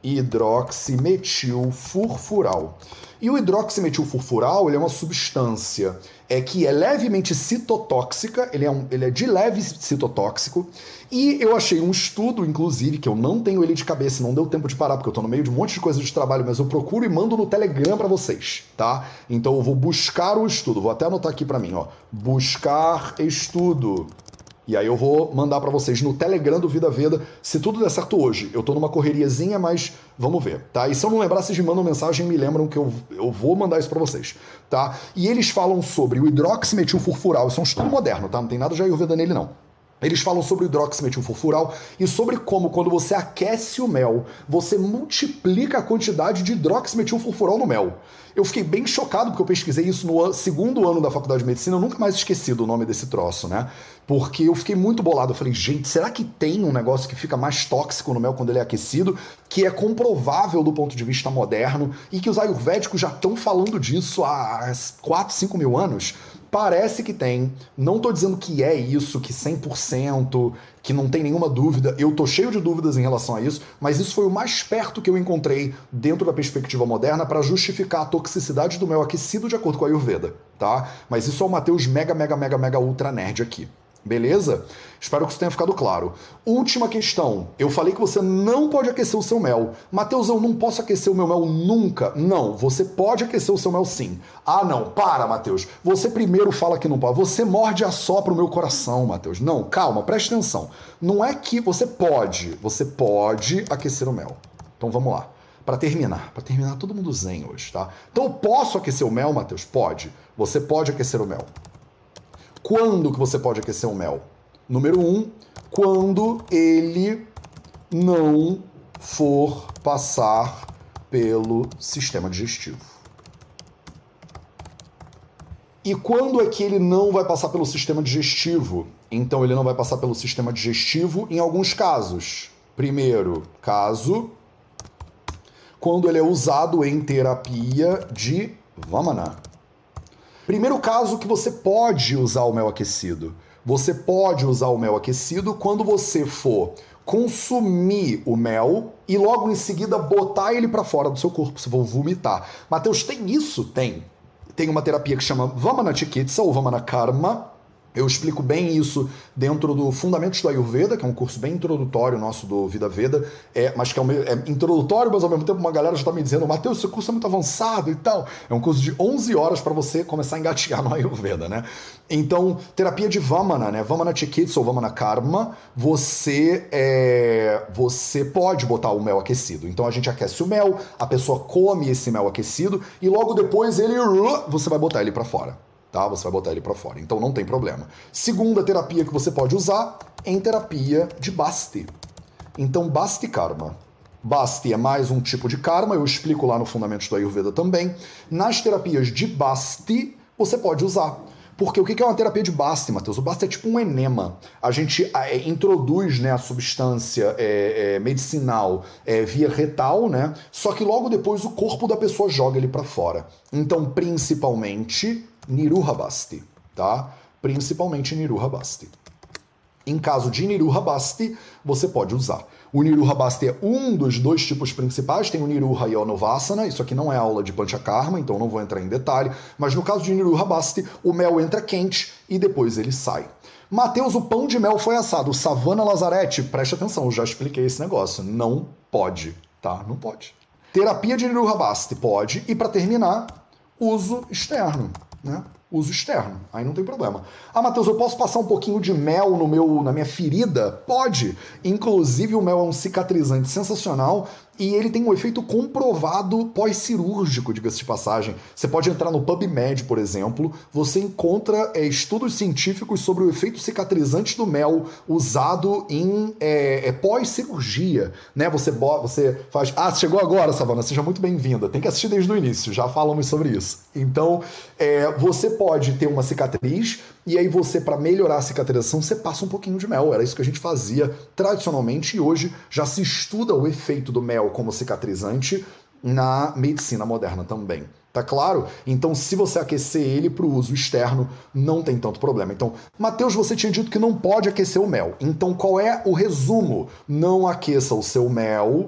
hidroximetilfurfural. E o hidroximetilfurfural, ele é uma substância é, que é levemente citotóxica, ele é, um, ele é de leve citotóxico, e eu achei um estudo, inclusive, que eu não tenho ele de cabeça, não deu tempo de parar, porque eu tô no meio de um monte de coisa de trabalho, mas eu procuro e mando no Telegram pra vocês, tá? Então eu vou buscar o estudo, vou até anotar aqui pra mim, ó, buscar estudo. E aí eu vou mandar pra vocês no Telegram do Vida Veda, se tudo der certo hoje. Eu tô numa correriazinha, mas vamos ver, tá? E se eu não lembrar, vocês me mandam mensagem e me lembram que eu, eu vou mandar isso pra vocês, tá? E eles falam sobre o hidroximetilfurfural, isso é um estudo moderno, tá? Não tem nada de Ayurveda nele, não. Eles falam sobre o hidroximetilfurfural e sobre como, quando você aquece o mel, você multiplica a quantidade de hidroximetilfurfural no mel. Eu fiquei bem chocado, porque eu pesquisei isso no segundo ano da Faculdade de Medicina, eu nunca mais esqueci do nome desse troço, né? Porque eu fiquei muito bolado. Eu falei, gente, será que tem um negócio que fica mais tóxico no mel quando ele é aquecido, que é comprovável do ponto de vista moderno, e que os ayurvédicos já estão falando disso há quatro, cinco mil anos? Parece que tem, não tô dizendo que é isso, que cem por cento, que não tem nenhuma dúvida, eu tô cheio de dúvidas em relação a isso, mas isso foi o mais perto que eu encontrei dentro da perspectiva moderna para justificar a toxicidade do mel aquecido de acordo com a Ayurveda, tá? Mas isso é o Matheus mega, mega, mega, mega ultra nerd aqui. Beleza? Espero que isso tenha ficado claro. Última questão. Eu falei que você não pode aquecer o seu mel. Matheus, eu não posso aquecer o meu mel nunca. Não, você pode aquecer o seu mel sim. Ah, não. Para, Matheus. Você primeiro fala que não pode. Você morde a sopra o meu coração, Matheus. Não, calma, preste atenção. Não é que você pode. Você pode aquecer o mel. Então vamos lá. Para terminar. Para terminar, todo mundo zen hoje, tá? Então eu posso aquecer o mel, Matheus? Pode. Você pode aquecer o mel. Quando que você pode aquecer o mel? Número um, quando ele não for passar pelo sistema digestivo. E quando é que ele não vai passar pelo sistema digestivo? Então ele não vai passar pelo sistema digestivo em alguns casos. Primeiro caso, quando ele é usado em terapia de Vamana. Primeiro caso que você pode usar o mel aquecido. Você pode usar o mel aquecido quando você for consumir o mel e logo em seguida botar ele para fora do seu corpo, se for vomitar. Matheus, tem isso? Tem. Tem uma terapia que chama Vamana Chikitsa ou Vamana Karma, Eu explico bem isso dentro do Fundamentos do Ayurveda, que é um curso bem introdutório nosso do Vida Veda, é, mas que é, um, é introdutório, mas ao mesmo tempo uma galera já está me dizendo: Matheus, seu curso é muito avançado e tal. É um curso de onze horas para você começar a engatinhar no Ayurveda, né? Então, terapia de Vamana, né? Vamana Chikitsa ou Vamana Karma, você, é, você pode botar o mel aquecido. Então a gente aquece o mel, a pessoa come esse mel aquecido e logo depois ele, você vai botar ele para fora. Tá? Você vai botar ele para fora, então não tem problema. Segunda terapia que você pode usar em terapia de Basti. Então, Basti Karma. Basti é mais um tipo de karma, eu explico lá no Fundamentos do Ayurveda também. Nas terapias de Basti, você pode usar. Porque o que é uma terapia de Basti, Matheus? O Basti é tipo um enema. A gente é, introduz, né, a substância é, é, medicinal é, via retal, né? Só que logo depois o corpo da pessoa joga ele para fora. Então, principalmente Niruha Basti, tá? Principalmente Niruha Basti. Em caso de Niruha Basti, você pode usar. O Niruha Basti é um dos dois tipos principais, tem o Niruha e o Anuvasana, isso aqui não é aula de Panchakarma, então não vou entrar em detalhe, mas no caso de Niruha Basti, o mel entra quente e depois ele sai. Matheus, o pão de mel foi assado. Savana Lazarete, preste atenção, eu já expliquei esse negócio, não pode, tá? Não pode. Terapia de Niruha Basti, pode, e para terminar, uso externo, né? Uso externo, aí não tem problema. Ah, Matheus, eu posso passar um pouquinho de mel no meu, na minha ferida? Pode! Inclusive o mel é um cicatrizante sensacional e ele tem um efeito comprovado pós-cirúrgico, diga-se de passagem. Você pode entrar no PubMed, por exemplo, você encontra é, estudos científicos sobre o efeito cicatrizante do mel usado em é, é, pós-cirurgia, né? Você, você faz... Ah, chegou agora, Savana, seja muito bem-vinda. Tem que assistir desde o início, já falamos sobre isso. Então, é, você pode ter uma cicatriz e aí você, para melhorar a cicatrização, você passa um pouquinho de mel. Era isso que a gente fazia tradicionalmente e hoje já se estuda o efeito do mel como cicatrizante na medicina moderna também. Tá claro? Então, se você aquecer ele para o uso externo, não tem tanto problema. Então, Matheus, você tinha dito que não pode aquecer o mel. Então, qual é o resumo? Não aqueça o seu mel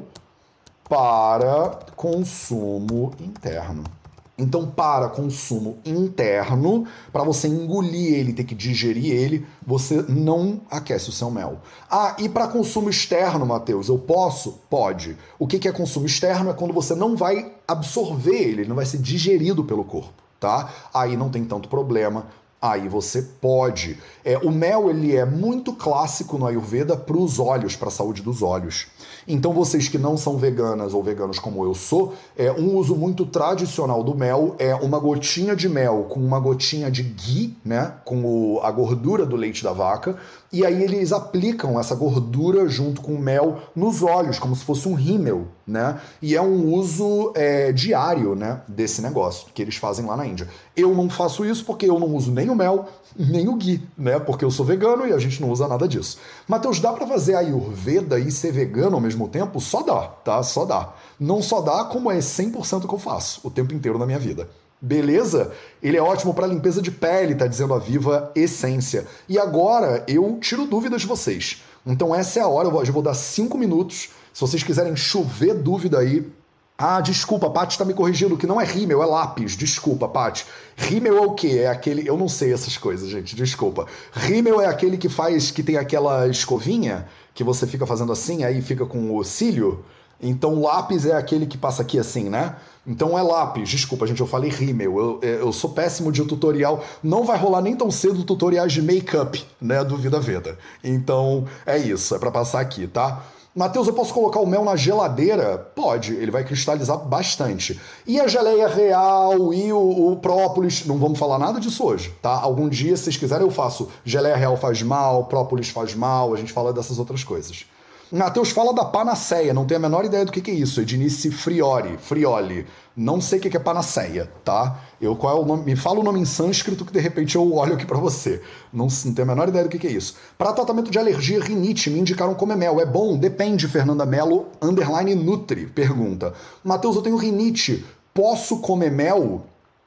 para consumo interno. Então, para consumo interno, para você engolir ele, ter que digerir ele, você não aquece o seu mel. Ah, e para consumo externo, Matheus, eu posso? Pode. O que é consumo externo? É quando você não vai absorver ele, ele não vai ser digerido pelo corpo, tá? Aí não tem tanto problema. Aí você pode. É, o mel ele é muito clássico no Ayurveda para os olhos, para a saúde dos olhos. Então vocês que não são veganas ou veganos como eu sou, é, um uso muito tradicional do mel é uma gotinha de mel com uma gotinha de ghee, né, com o, a gordura do leite da vaca, e aí eles aplicam essa gordura junto com o mel nos olhos, como se fosse um rímel, né? E é um uso é, diário, né, desse negócio que eles fazem lá na Índia. Eu não faço isso porque eu não uso nem o mel, nem o ghee, né? Porque eu sou vegano e a gente não usa nada disso. Matheus, dá pra fazer Ayurveda e ser vegano ao mesmo tempo? Só dá, tá? Só dá. Não só dá, como é cem por cento que eu faço o tempo inteiro na minha vida. Beleza? Ele é ótimo para limpeza de pele, tá dizendo a Viva Essência. E agora eu tiro dúvidas de vocês. Então essa é a hora, eu vou dar cinco minutos. Se vocês quiserem chover dúvida aí. Ah, desculpa, a Paty tá me corrigindo, que não é rímel, é lápis. Desculpa, Paty. Rímel é o quê? É aquele... Eu não sei essas coisas, gente, desculpa. Rímel é aquele que faz, que tem aquela escovinha, que você fica fazendo assim, aí fica com o cílio. Então lápis é aquele que passa aqui assim, né? Então é lápis. Desculpa, gente, eu falei rímel. Eu, eu sou péssimo de tutorial. Não vai rolar nem tão cedo tutoriais de make-up, né, do Vida Veda. Então é isso, é pra passar aqui, tá? Matheus, eu posso colocar o mel na geladeira? Pode, ele vai cristalizar bastante. E a geleia real e o, o própolis, não vamos falar nada disso hoje, tá? Algum dia, se vocês quiserem, eu faço geleia real faz mal, própolis faz mal, a gente fala dessas outras coisas. Matheus, fala da panaceia, não tenho a menor ideia do que, que é isso. Edinice Friori, Frioli. Não sei o que, que é panaceia, tá? Eu, qual é o nome? Me fala o nome em sânscrito que de repente eu olho aqui pra você. Não, não tenho a menor ideia do que, que é isso. Para tratamento de alergia e rinite, me indicaram comer mel. É bom? Depende, Fernanda Mello, underline Nutri, pergunta. Matheus, eu tenho rinite, posso comer mel?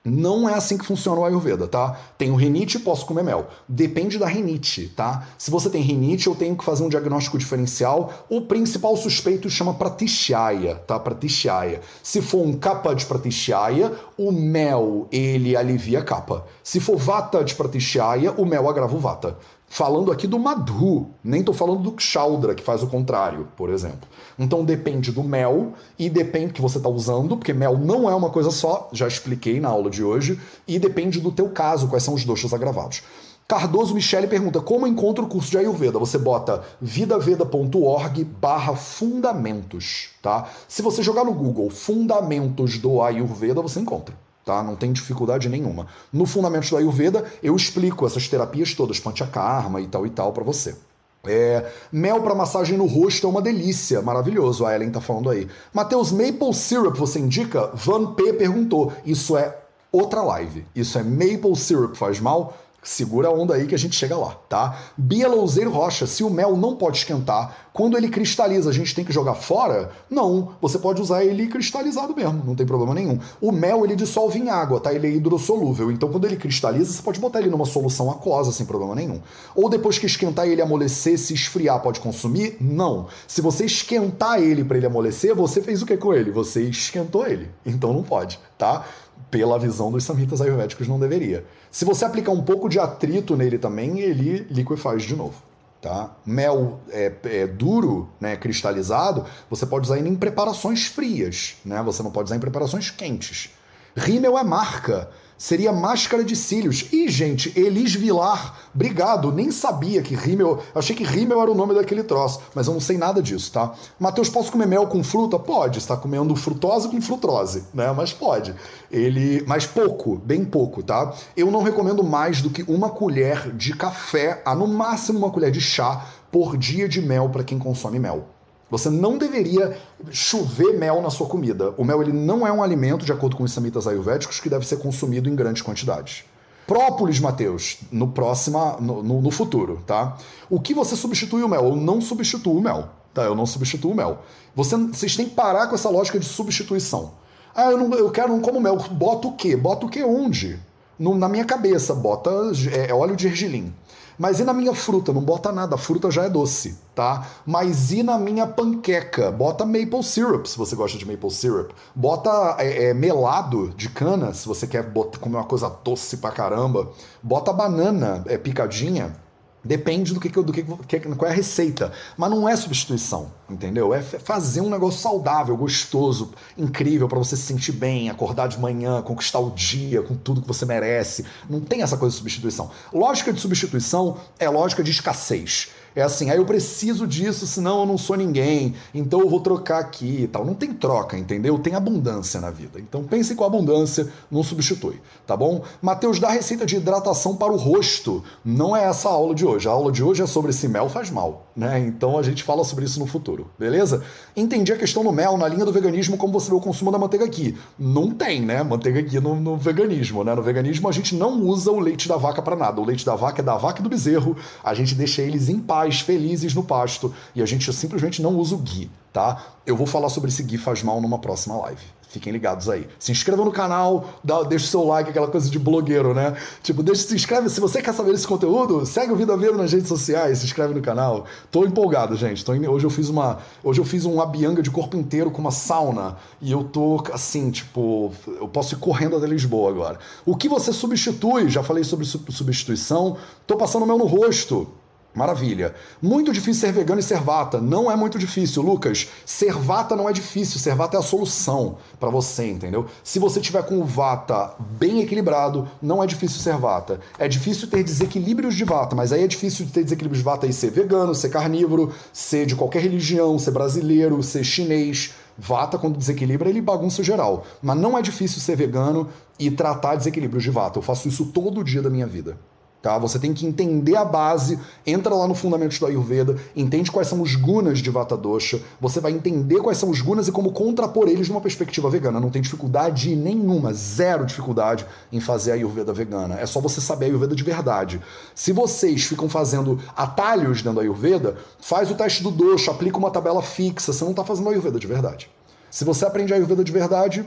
Não é assim que funciona o Ayurveda, tá? Tenho rinite e posso comer mel. Depende da rinite, tá? Se você tem rinite, eu tenho que fazer um diagnóstico diferencial. O principal suspeito chama pratishyaya, tá? Pratishyaya. Se for um kapha de pratishyaya, o mel, ele alivia a kapha. Se for vata de pratishyaya, o mel agrava o vata. Falando aqui do madhu, nem tô falando do kshaudra, que faz o contrário, por exemplo. Então depende do mel e depende do que você está usando, porque mel não é uma coisa só, já expliquei na aula de hoje, e depende do teu caso, quais são os doshas agravados. Cardoso Michele pergunta, como encontra o curso de Ayurveda? Você bota vidaveda.org barra fundamentos, tá? Se você jogar no Google fundamentos do Ayurveda, você encontra. Tá? Não tem dificuldade nenhuma. No Fundamentos do Ayurveda, eu explico essas terapias todas, panchakarma e tal e tal, para você. É, mel para massagem no rosto é uma delícia, maravilhoso, a Ellen tá falando aí. Matheus, Maple Syrup, você indica? Van P perguntou. Isso é outra live. Isso é Maple Syrup, faz mal? Segura a onda aí que a gente chega lá, tá? Bia Louzeiro Rocha, se o mel não pode esquentar, quando ele cristaliza, a gente tem que jogar fora? Não, você pode usar ele cristalizado mesmo, não tem problema nenhum. O mel, ele dissolve em água, tá? Ele é hidrossolúvel, então quando ele cristaliza, você pode botar ele numa solução aquosa sem problema nenhum. Ou depois que esquentar ele amolecer, se esfriar, pode consumir? Não. Se você esquentar ele para ele amolecer, você fez o que com ele? Você esquentou ele, então não pode, tá? Pela visão dos samhitas ayurvédicos, não deveria. Se você aplicar um pouco de atrito nele também, ele liquefaz de novo. Tá? Mel é, é duro, né, cristalizado, você pode usar ele em preparações frias. Né? Você não pode usar em preparações quentes. Rímel é marca. Seria máscara de cílios. Ih, gente, Elis Vilar, obrigado, nem sabia que rímel... Achei que rímel era o nome daquele troço, mas eu não sei nada disso, tá? Matheus, posso comer mel com fruta? Pode, você tá comendo frutose com frutrose, né? Mas pode. Ele... Mas pouco, bem pouco, tá? Eu não recomendo mais do que uma colher de café, a no máximo uma colher de chá, por dia de mel para quem consome mel. Você não deveria chover mel na sua comida. O mel ele não é um alimento, de acordo com os samhitas ayurvédicos, que deve ser consumido em grandes quantidades. Própolis, Matheus, no próximo, no, no, no futuro, tá? O que você substitui o mel? Eu não substituo o mel, tá? Eu não substituo o mel. Você, vocês têm que parar com essa lógica de substituição. Ah, eu, não, eu quero, não como mel. Bota o quê? Bota o quê onde? No, na minha cabeça, bota é, óleo de gergelim. Mas e na minha fruta? Não bota nada, a fruta já é doce, tá? Mas e na minha panqueca? Bota maple syrup, se você gosta de maple syrup. Bota é, é, melado de cana, se você quer botar, comer uma coisa doce pra caramba. Bota banana é, picadinha. Depende do que, do que, qual é a receita. Mas não é substituição, entendeu? É fazer um negócio saudável, gostoso, incrível, para você se sentir bem, acordar de manhã, conquistar o dia com tudo que você merece. Não tem essa coisa de substituição. Lógica de substituição é lógica de escassez. É assim, aí ah, eu preciso disso, senão eu não sou ninguém, então eu vou trocar aqui e tal. Não tem troca, entendeu? Tem abundância na vida. Então pense com abundância, não substitui, tá bom? Matheus, dá receita de hidratação para o rosto. Não é essa a aula de hoje. A aula de hoje é sobre se mel faz mal, né? Então a gente fala sobre isso no futuro, beleza? Entendi a questão do mel na linha do veganismo, como você vê o consumo da manteiga aqui. Não tem, né? Manteiga aqui no, no veganismo, né? No veganismo a gente não usa o leite da vaca para nada. O leite da vaca é da vaca e do bezerro. A gente deixa eles em paz, felizes no pasto, e a gente simplesmente não usa o ghee, tá? Eu vou falar sobre esse ghee faz mal numa próxima live. Fiquem ligados aí. Se inscreva no canal, dá, deixa o seu like, aquela coisa de blogueiro, né? Tipo, deixa, se inscreve. Se você quer saber esse conteúdo, segue o Vida Veda nas redes sociais, se inscreve no canal. Tô empolgado, gente. Tô in... Hoje eu fiz uma. Hoje eu fiz um abianga de corpo inteiro com uma sauna. E eu tô assim, tipo, eu posso ir correndo até Lisboa agora. O que você substitui? Já falei sobre substituição. Tô passando mel no rosto. Maravilha. Muito difícil ser vegano e ser vata. Não é muito difícil, Lucas. Ser vata não é difícil. Ser vata é a solução para você, entendeu? Se você tiver com o vata bem equilibrado, não é difícil ser vata. É difícil ter desequilíbrios de vata, mas aí é difícil ter desequilíbrios de vata e ser vegano, ser carnívoro, ser de qualquer religião, ser brasileiro, ser chinês. Vata, quando desequilibra, ele bagunça geral. Mas não é difícil ser vegano e tratar desequilíbrios de vata. Eu faço isso todo dia da minha vida. Tá? Você tem que entender a base, entra lá no Fundamentos do Ayurveda, entende quais são os gunas de Vata Dosha, você vai entender quais são os gunas e como contrapor eles numa perspectiva vegana. Não tem dificuldade nenhuma, zero dificuldade em fazer a Ayurveda vegana. É só você saber a Ayurveda de verdade. Se vocês ficam fazendo atalhos dentro da Ayurveda, faz o teste do Dosha, aplica uma tabela fixa, você não está fazendo a Ayurveda de verdade. Se você aprende a Ayurveda de verdade,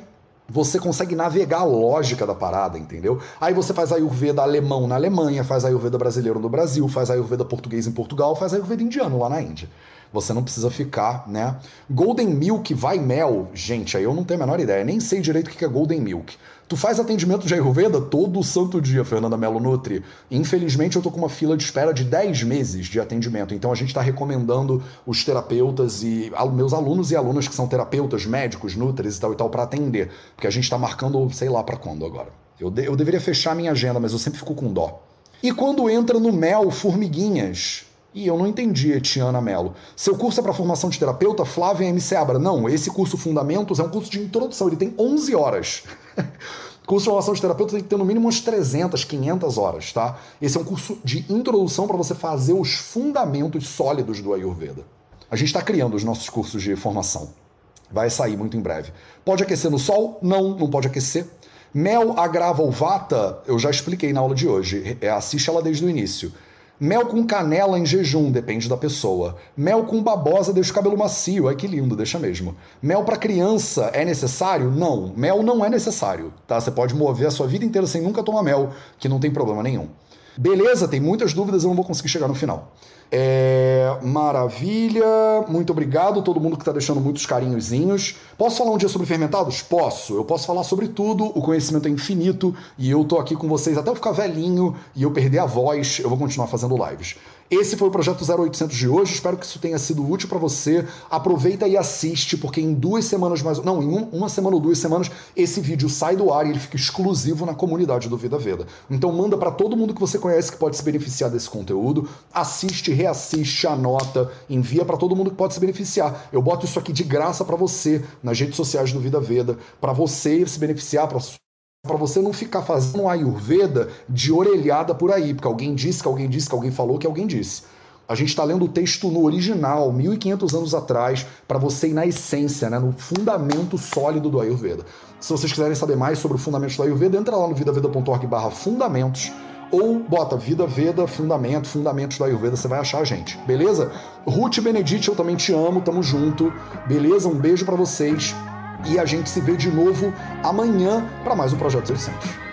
você consegue navegar a lógica da parada, entendeu? Aí você faz Ayurveda alemão na Alemanha, faz Ayurveda brasileiro no Brasil, faz Ayurveda português em Portugal, faz Ayurveda indiano lá na Índia. Você não precisa ficar, né? Golden Milk vai mel. Gente, aí eu não tenho a menor ideia, nem sei direito o que é Golden Milk. Tu faz atendimento de Ayurveda todo santo dia, Fernanda Mello Nutri. Infelizmente eu tô com uma fila de espera de dez meses de atendimento, então a gente tá recomendando os terapeutas e meus alunos e alunas que são terapeutas, médicos, nutris e tal e tal pra atender, porque a gente tá marcando sei lá pra quando agora. Eu, de, eu deveria fechar a minha agenda, mas eu sempre fico com dó. E quando entra no mel, formiguinhas... E eu não entendi, Etiana Mello. Seu curso é para formação de terapeuta? Flávia M. Seabra. Não, esse curso Fundamentos é um curso de introdução, ele tem onze horas. Curso de formação de terapeuta tem que ter no mínimo umas trezentas, quinhentas horas, tá? Esse é um curso de introdução para você fazer os fundamentos sólidos do Ayurveda. A gente está criando os nossos cursos de formação. Vai sair muito em breve. Pode aquecer no sol? Não, não pode aquecer. Mel agrava o vata? Eu já expliquei na aula de hoje. Assiste ela desde o início. Mel com canela em jejum, depende da pessoa. Mel com babosa deixa o cabelo macio, ai que lindo, deixa mesmo. Mel para criança é necessário? Não, mel não é necessário, tá? Você pode mover a sua vida inteira sem nunca tomar mel, que não tem problema nenhum. Beleza, tem muitas dúvidas, eu não vou conseguir chegar no final. É... Maravilha, muito obrigado a todo mundo que está deixando muitos carinhozinhos. Posso falar um dia sobre fermentados? Posso, eu posso falar sobre tudo, o conhecimento é infinito e eu tô aqui com vocês até eu ficar velhinho e eu perder a voz, eu vou continuar fazendo lives. Esse foi o Projeto zero oitocentos de hoje, espero que isso tenha sido útil para você. Aproveita e assiste, porque em duas semanas mais... Não, em um, uma semana ou duas semanas, esse vídeo sai do ar e ele fica exclusivo na comunidade do Vida Veda. Então manda para todo mundo que você conhece que pode se beneficiar desse conteúdo, assiste, reassiste, anota, envia para todo mundo que pode se beneficiar. Eu boto isso aqui de graça para você nas redes sociais do Vida Veda, para você se beneficiar, para para você não ficar fazendo um Ayurveda de orelhada por aí, porque alguém disse, que alguém disse, que alguém falou, que alguém disse. A gente está lendo o texto no original, mil e quinhentos anos atrás, para você ir na essência, né, no fundamento sólido do Ayurveda. Se vocês quiserem saber mais sobre o fundamento do Ayurveda, entra lá no vidaveda ponto org barra fundamentos ou bota Vida Veda, Fundamento, Fundamentos do Ayurveda, você vai achar a gente, beleza? Ruth Benedite, eu também te amo, tamo junto, beleza? Um beijo para vocês. E a gente se vê de novo amanhã para mais um Projeto zero oitocentos.